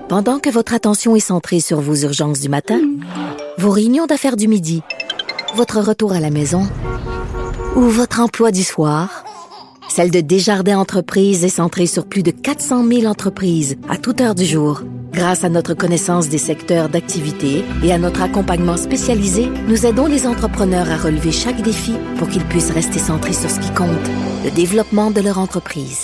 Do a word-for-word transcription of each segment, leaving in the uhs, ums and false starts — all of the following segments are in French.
Pendant que votre attention est centrée sur vos urgences du matin, vos réunions d'affaires du midi, votre retour à la maison ou votre emploi du soir, celle de Desjardins Entreprises est centrée sur plus de quatre cent mille entreprises à toute heure du jour. Grâce à notre connaissance des secteurs d'activité et à notre accompagnement spécialisé, nous aidons les entrepreneurs à relever chaque défi pour qu'ils puissent rester centrés sur ce qui compte, le développement de leur entreprise.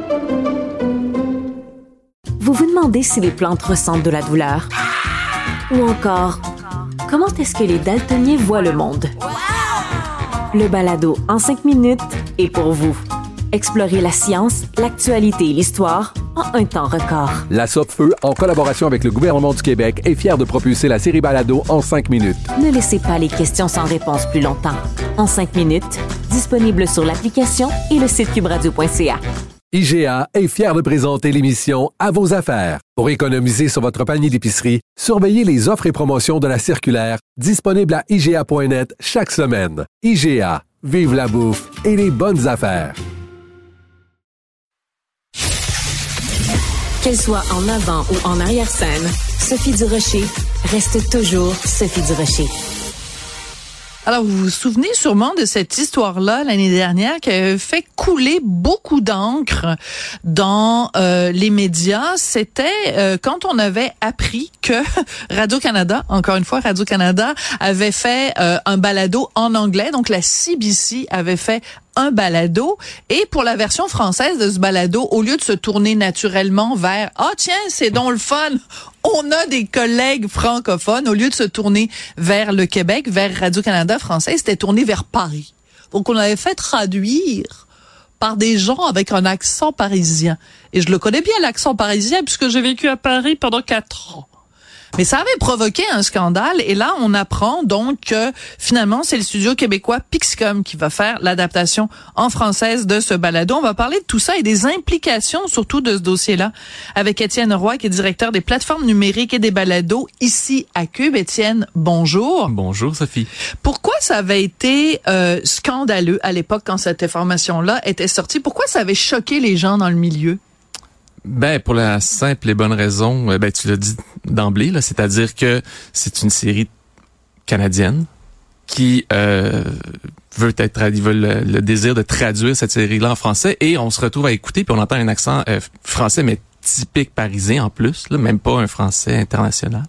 Vous vous demandez si les plantes ressentent de la douleur? Ou encore, comment est-ce que les daltoniens voient le monde? Le balado en cinq minutes est pour vous. Explorez la science, l'actualité et l'histoire en un temps record. La Sopfeu, en collaboration avec le gouvernement du Québec, est fière de propulser la série Balado en cinq minutes. Ne laissez pas les questions sans réponse plus longtemps. En cinq minutes, disponible sur l'application et le site cube radio point c a. I G A est fier de présenter l'émission À vos affaires. Pour économiser sur votre panier d'épicerie, surveillez les offres et promotions de la circulaire disponible à I G A point net chaque semaine. I G A, vive la bouffe et les bonnes affaires. Qu'elle soit en avant ou en arrière-scène, Sophie Durocher reste toujours Sophie Durocher. Alors, vous vous souvenez sûrement de cette histoire-là l'année dernière qui a fait couler beaucoup d'encre dans euh, les médias. C'était euh, quand on avait appris que Radio-Canada, encore une fois, Radio-Canada avait fait euh, un balado en anglais. Donc, la C B C avait fait un balado, et pour la version française de ce balado, au lieu de se tourner naturellement vers « Ah tiens, c'est donc le fun, on a des collègues francophones », au lieu de se tourner vers le Québec, vers Radio-Canada français, c'était tourné vers Paris. Donc on avait fait traduire par des gens avec un accent parisien. Et je le connais bien, l'accent parisien, puisque j'ai vécu à Paris pendant quatre ans. Mais ça avait provoqué un scandale, et là, on apprend donc que finalement, c'est le studio québécois Pixcom qui va faire l'adaptation en française de ce balado. On va parler de tout ça et des implications surtout de ce dossier-là avec Étienne Roy, qui est directeur des plateformes numériques et des balados ici à Cube. Étienne, bonjour. Bonjour, Sophie. Pourquoi ça avait été euh, scandaleux à l'époque quand cette information-là était sortie? Pourquoi ça avait choqué les gens dans le milieu? Ben, pour la simple et bonne raison, ben, tu l'as dit d'emblée, là, c'est-à-dire que c'est une série canadienne qui euh, veut être, ils veulent le, le désir de traduire cette série-là en français, et on se retrouve à écouter, puis on entend un accent euh, français, mais typique parisien en plus, là, même pas un français international.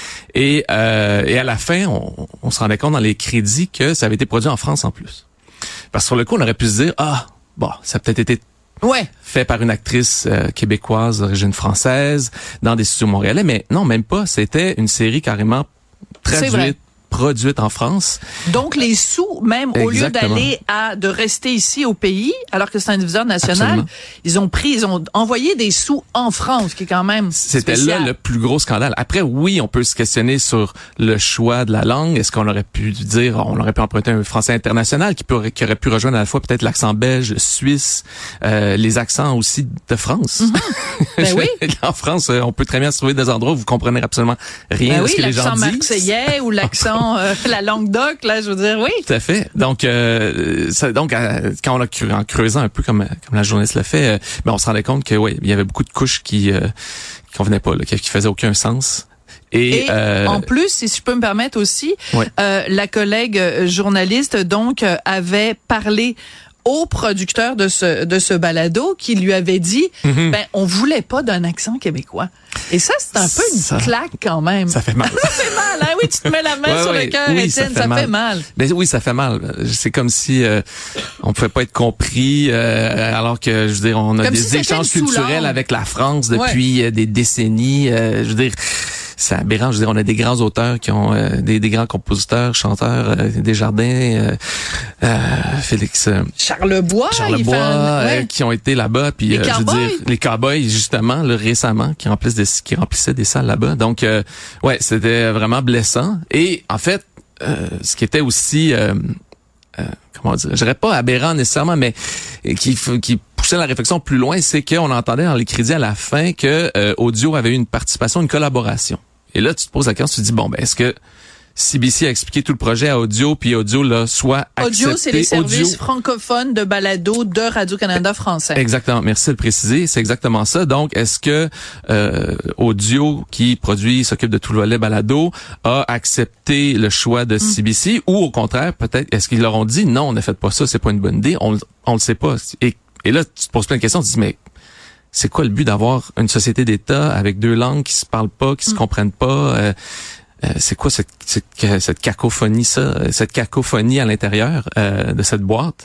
Et, euh, et à la fin, on, on se rendait compte dans les crédits que ça avait été produit en France en plus. Parce que sur le coup, on aurait pu se dire, ah, bon, ça a peut-être été Ouais. fait par une actrice euh, québécoise d'origine française dans des studios montréalais, mais non, même pas. C'était une série carrément traduite, produite en France. Donc les sous, même Exactement. Au lieu d'aller à de rester ici au pays, alors que c'est un diffuseur national, Absolument. ils ont pris, ils ont envoyé des sous en France, qui est quand même C'était spécial. là le plus gros scandale. Après, oui, on peut se questionner sur le choix de la langue. Est-ce qu'on aurait pu dire, on aurait pu emprunter un français international qui, pourrait, qui aurait pu rejoindre à la fois peut-être l'accent belge, suisse, euh, les accents aussi de France. Mm-hmm. Ben oui. En France, on peut très bien se trouver des endroits où vous comprenez absolument rien ben de oui, ce que les gens disent. l'accent marseillais ou l'accent euh, la langue doc, là, je veux dire, oui. Tout à fait. Donc, euh, ça, donc, euh, quand on a cru, en creusant un peu comme comme la journaliste l'a fait, euh, ben on se rendait compte que oui, il y avait beaucoup de couches qui euh, qui convenaient pas, là, qui, qui faisaient aucun sens. Et, Et euh, en plus, si je peux me permettre aussi, ouais. euh, la collègue euh, journaliste donc euh, avait parlé au producteur de ce de ce balado, qui lui avait dit mm-hmm. ben on voulait pas d'un accent québécois. Et ça, c'est un peu une ça, claque quand même. Ça fait mal. Ça fait mal, hein? Oui, tu te mets la main ouais, sur ouais, le cœur, oui, Étienne, ça, fait, ça mal. fait mal. Mais oui, ça fait mal. C'est comme si euh, on pouvait pas être compris, euh, alors que, je veux dire, on a comme des si échanges culturels avec la France depuis ouais. des décennies. Euh, je veux dire, c'est aberrant. Je veux dire, on a des grands auteurs qui ont euh, des, des grands compositeurs, chanteurs, euh, Desjardins, euh, euh, Félix, euh, Charles Bois, Charles il Bois, fait un, ouais. euh, qui ont été là-bas. Puis, les euh, je veux dire, les cowboys justement, là, récemment, qui remplissent des, qui remplissaient des salles là-bas. Donc, euh, ouais, c'était vraiment blessant. Et en fait, euh, ce qui était aussi, euh, euh, comment dire, je dirais pas aberrant nécessairement, mais qui, qui poussait la réflexion plus loin, c'est qu'on entendait dans les crédits à la fin que euh, Audio avait eu une participation, une collaboration. Et là, tu te poses la question, tu te dis, bon, ben, est-ce que C B C a expliqué tout le projet à Audio, puis Audio l'a soit accepté. Audio, c'est les services Audio. francophones de balado de Radio-Canada français. Exactement. Merci de le préciser. C'est exactement ça. Donc, est-ce que euh, Audio, qui produit, s'occupe de tout le volet balado, a accepté le choix de C B C, mm. ou au contraire, peut-être, est-ce qu'ils leur ont dit non, ne faites pas ça, c'est pas une bonne idée. On, on le sait pas. Et, et là, tu te poses plein de questions. Tu te dis, mais c'est quoi le but d'avoir une société d'État avec deux langues qui se parlent pas, qui mm. se comprennent pas? Euh, Euh, c'est quoi cette, cette, cette cacophonie, ça, cette cacophonie à l'intérieur euh, de cette boîte.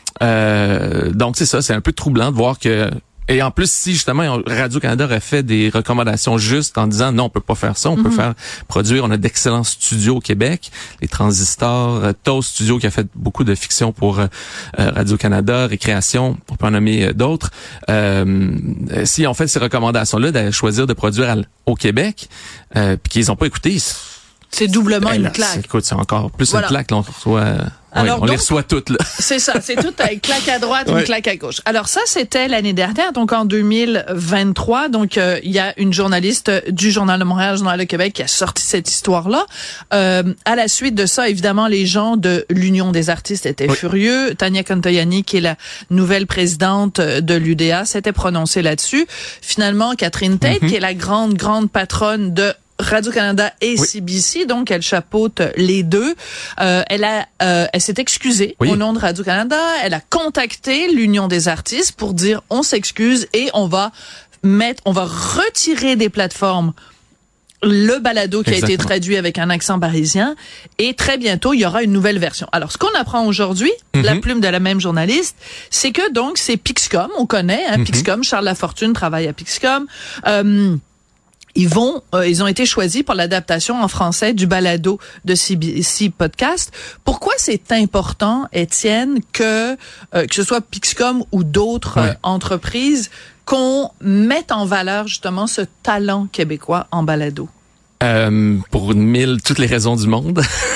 Euh, donc c'est ça, c'est un peu troublant de voir que, et en plus si justement Radio-Canada aurait fait des recommandations justes en disant non, on peut pas faire ça, on mm-hmm. peut faire produire, on a d'excellents studios au Québec, les Transistors, euh, Toast Studio qui a fait beaucoup de fiction pour euh, Radio-Canada, Récréation, on peut en nommer euh, d'autres. Euh, si on fait ces recommandations-là, de choisir de produire à, au Québec, euh, puis qu'ils ont pas écouté, c'est doublement ben, une là, claque. Écoute, c'est encore plus voilà. une claque. Là, on reçoit, euh, Alors, oui, on donc, les reçoit toutes. Là. C'est ça, c'est tout avec claque à droite, ouais. une claque à gauche. Alors ça, c'était l'année dernière, donc en deux mille vingt-trois. Donc il euh, y a une journaliste du Journal de Montréal, Journal de Québec, qui a sorti cette histoire-là. Euh, à la suite de ça, évidemment, les gens de l'Union des artistes étaient oui. furieux. Tania Contoyani, qui est la nouvelle présidente de l'U D A, s'était prononcée là-dessus. Finalement, Catherine Tate, mm-hmm. qui est la grande, grande patronne de Radio-Canada et oui. C B C, donc elle chapeaute les deux. Euh, elle a, euh, elle s'est excusée oui. au nom de Radio-Canada. Elle a contacté l'Union des artistes pour dire on s'excuse et on va mettre, on va retirer des plateformes le balado qui Exactement. a été traduit avec un accent parisien et très bientôt il y aura une nouvelle version. Alors ce qu'on apprend aujourd'hui, mm-hmm. la plume de la même journaliste, c'est que donc c'est Pixcom, on connaît hein, mm-hmm. Pixcom, Charles Lafortune travaille à Pixcom. Euh, Ils vont, euh, ils ont été choisis pour l'adaptation en français du balado de C B C Podcast. Pourquoi c'est important, Étienne, que euh, que ce soit Pixcom ou d'autres ouais. euh, entreprises, qu'on mette en valeur justement ce talent québécois en balado? Euh, pour mille, toutes les raisons du monde.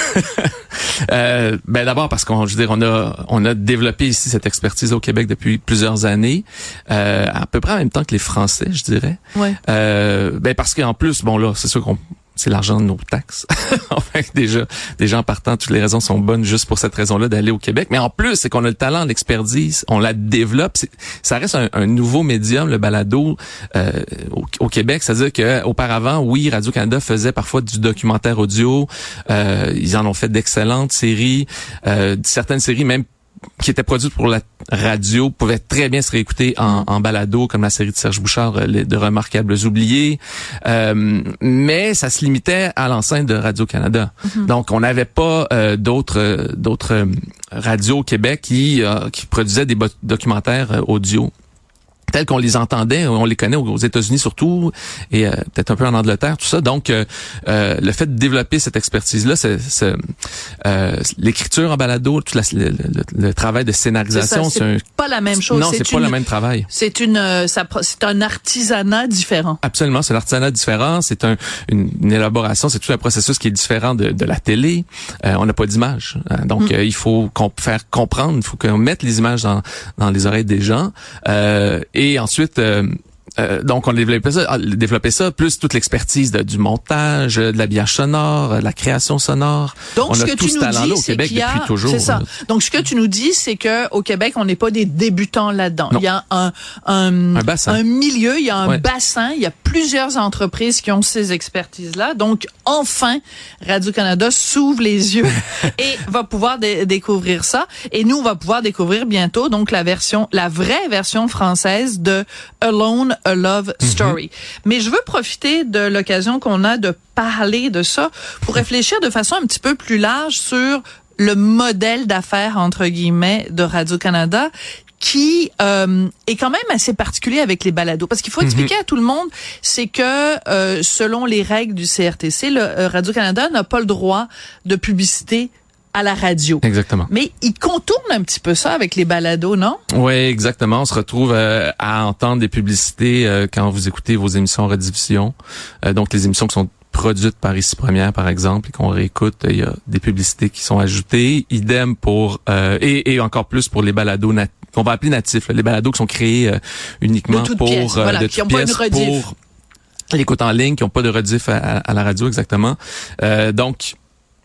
euh, ben d'abord parce qu'on, je veux dire, on a, on a développé ici cette expertise au Québec depuis plusieurs années, euh, à peu près en même temps que les Français, je dirais. Ouais. Euh, ben parce qu'en plus, bon là, c'est sûr qu'on c'est l'argent de nos taxes. Enfin, déjà, déjà en partant, toutes les raisons sont bonnes juste pour cette raison-là d'aller au Québec. Mais en plus, c'est qu'on a le talent, l'expertise, on la développe. C'est, ça reste un, un nouveau médium, le balado euh, au, au Québec. C'est-à-dire que auparavant, oui, Radio-Canada faisait parfois du documentaire audio. Euh, ils en ont fait d'excellentes séries, euh, certaines séries même qui était produite pour la radio pouvait très bien se réécouter en, en balado, comme la série de Serge Bouchard, les, de Remarquables oubliés. Euh, mais ça se limitait à l'enceinte de Radio-Canada. Mm-hmm. Donc, on n'avait pas euh, d'autres euh, d'autres euh, radios au Québec qui, euh, qui produisaient des bo- documentaires euh, audio tels qu'on les entendait, on les connaît aux États-Unis surtout, et euh, peut-être un peu en Angleterre, tout ça. Donc, euh, euh, le fait de développer cette expertise-là, c'est, c'est euh, l'écriture en balado, tout la, le, le, le travail de scénarisation, c'est, ça, c'est, c'est un, pas la même chose. Non, c'est, c'est pas une, le même travail. C'est une, euh, ça, c'est un artisanat différent. Absolument, c'est l'artisanat différent. C'est un, une, une élaboration, c'est tout un processus qui est différent de, de la télé. Euh, on n'a pas d'image, hein, donc mm. euh, il faut comp- faire comprendre, il faut qu'on mette les images dans, dans les oreilles des gens. Euh, Et ensuite, euh, euh, donc on a développé ça, développé ça, plus toute l'expertise de, du montage, de l'habillage sonore, de la création sonore. Donc on ce a que tout tu ce nous talent-là dis, au Québec qu'il y a, depuis toujours. C'est ça. Donc ce que tu nous dis, c'est que au Québec, on n'est pas des débutants là-dedans. Non. Il y a un un, un, bassin. un milieu, il y a un ouais. bassin, il y a plusieurs entreprises qui ont ces expertises-là. Donc enfin, Radio-Canada s'ouvre les yeux et va pouvoir dé- découvrir ça. Et nous, on va pouvoir découvrir bientôt donc la version, la vraie version française de Alone, a Love Story. Mm-hmm. Mais je veux profiter de l'occasion qu'on a de parler de ça pour réfléchir de façon un petit peu plus large sur le modèle d'affaires, entre guillemets, de Radio-Canada, qui euh, est quand même assez particulier avec les balados. Parce qu'il faut expliquer mm-hmm. à tout le monde, c'est que euh, selon les règles du C R T C, le euh, Radio-Canada n'a pas le droit de publicité à la radio. Exactement. Mais il contourne un petit peu ça avec les balados, non? Oui, exactement. On se retrouve euh, à entendre des publicités euh, quand vous écoutez vos émissions en rediffusion. Euh, donc, les émissions qui sont produites par Ici Première, par exemple, et qu'on réécoute, il y a des publicités qui sont ajoutées. Idem pour... Euh, et, et encore plus pour les balados nat- qu'on va appeler natifs. Là, les balados qui sont créés euh, uniquement de pour... Pièce, euh, voilà, de qui n'ont pas une rediff. Pour l'écoute en ligne, qui n'ont pas de rediff à, à, à la radio, exactement. Euh, donc...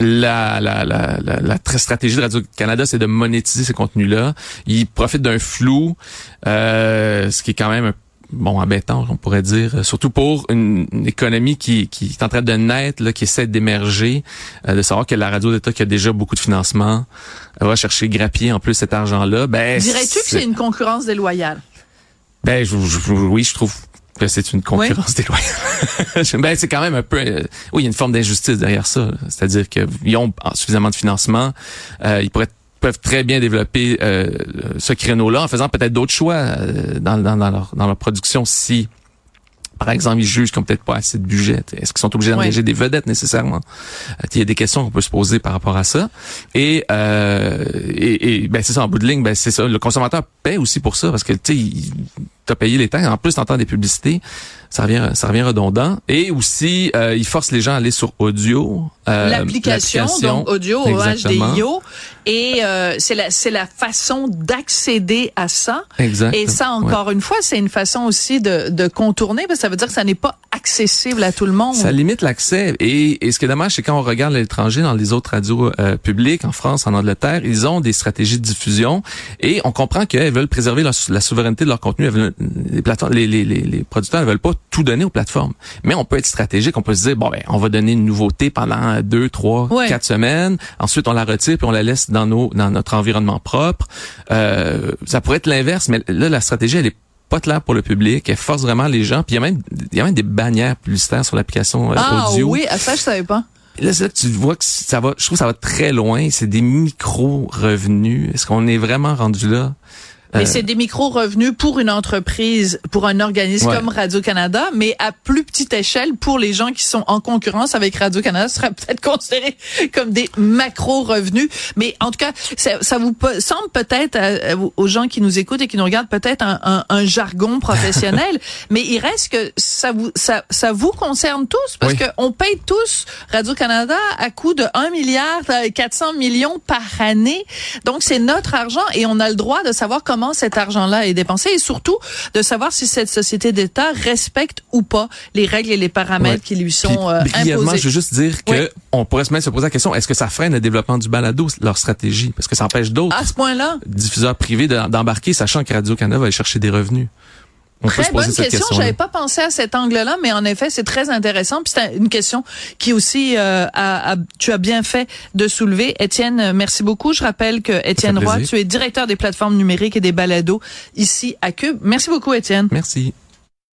La, la, la, la, la stratégie de Radio-Canada, c'est de monétiser ces contenus-là. Ils profitent d'un flou, euh, ce qui est quand même un bon embêtant, on pourrait dire, surtout pour une, une économie qui, qui est en train de naître, là, qui essaie d'émerger, euh, de savoir que la radio d'État qui a déjà beaucoup de financement va chercher grappiller en plus cet argent-là. Ben, dirais-tu que c'est une concurrence déloyale? Ben, je, je, oui, je trouve que c'est une concurrence oui. déloyale. Ben, c'est quand même un peu, euh, oui, il y a une forme d'injustice derrière ça. Là. C'est-à-dire qu'ils ont suffisamment de financement, euh, ils pourraient peuvent très bien développer euh, ce créneau-là en faisant peut-être d'autres choix euh, dans, dans, dans, leur, dans leur production si, par exemple, ils jugent qu'ils n'ont peut-être pas assez de budget. Est-ce qu'ils sont obligés d'engager oui. des vedettes nécessairement? Il y a des questions qu'on peut se poser par rapport à ça. Et, euh, et, et ben c'est ça, en bout de ligne, ben c'est ça. Le consommateur paie aussi pour ça parce que tu sais, t'as payé les taxes. En plus, t'entends des publicités. Ça revient, ça revient redondant. Et aussi, euh, ils forcent les gens à aller sur audio. Euh, l'application, l'application, donc audio, O H D I O. Et euh, c'est la, c'est la façon d'accéder à ça. Exact. Et ça, encore ouais. une fois, c'est une façon aussi de, de contourner, parce que ça veut dire que ça n'est pas accessible à tout le monde. Ça limite l'accès. Et, et ce qui est dommage, c'est quand on regarde l'étranger dans les autres radios euh, publiques, en France, en Angleterre, ils ont des stratégies de diffusion et on comprend qu'elles veulent préserver leur, la souveraineté de leur contenu. Elles veulent, les, plateformes, les, les, les, les producteurs ne veulent pas tout donner aux plateformes. Mais on peut être stratégique, on peut se dire, bon, ben, on va donner une nouveauté pendant deux, trois, ouais. quatre semaines. Ensuite, on la retire puis on la laisse dans nos, dans notre environnement propre. Euh, ça pourrait être l'inverse, mais là, la stratégie, elle est pas claire pour le public. Elle force vraiment les gens. Puis il y a même, il y a même des bannières publicitaires sur l'application euh, ah, audio. Ah oui, à ça, je savais pas. Là, c'est là que tu vois que ça va, je trouve que ça va très loin. C'est des micro-revenus. Est-ce qu'on est vraiment rendu là? Mais euh, c'est des micro-revenus pour une entreprise, pour un organisme ouais. comme Radio-Canada, mais à plus petite échelle pour les gens qui sont en concurrence avec Radio-Canada, ce sera peut-être considéré comme des macro-revenus. Mais en tout cas, ça, ça vous pe- semble peut-être à, à, aux gens qui nous écoutent et qui nous regardent peut-être un, un, un jargon professionnel, mais il reste que ça vous ça, ça vous concerne tous parce oui. que on paye tous Radio-Canada à coût de un milliard quatre cents millions par année. Donc c'est notre argent et on a le droit de savoir comment cet argent-là est dépensé et surtout de savoir si cette société d'État respecte ou pas les règles et les paramètres ouais. qui lui sont euh, imposés. Je veux juste dire que oui. on pourrait se mettre se poser la question, est-ce que ça freine le développement du balado, leur stratégie? Parce que ça empêche d'autres à ce point-là, diffuseurs privés de, d'embarquer, sachant que Radio-Canada va aller chercher des revenus. On très bonne question. question J'avais pas pensé à cet angle-là, mais en effet, c'est très intéressant. Puis c'est une question qui aussi, euh, a, a, tu as bien fait de soulever. Étienne, merci beaucoup. Je rappelle que Étienne Roy, tu es directeur des plateformes numériques et des balados ici à Cube. Merci beaucoup, Étienne. Merci.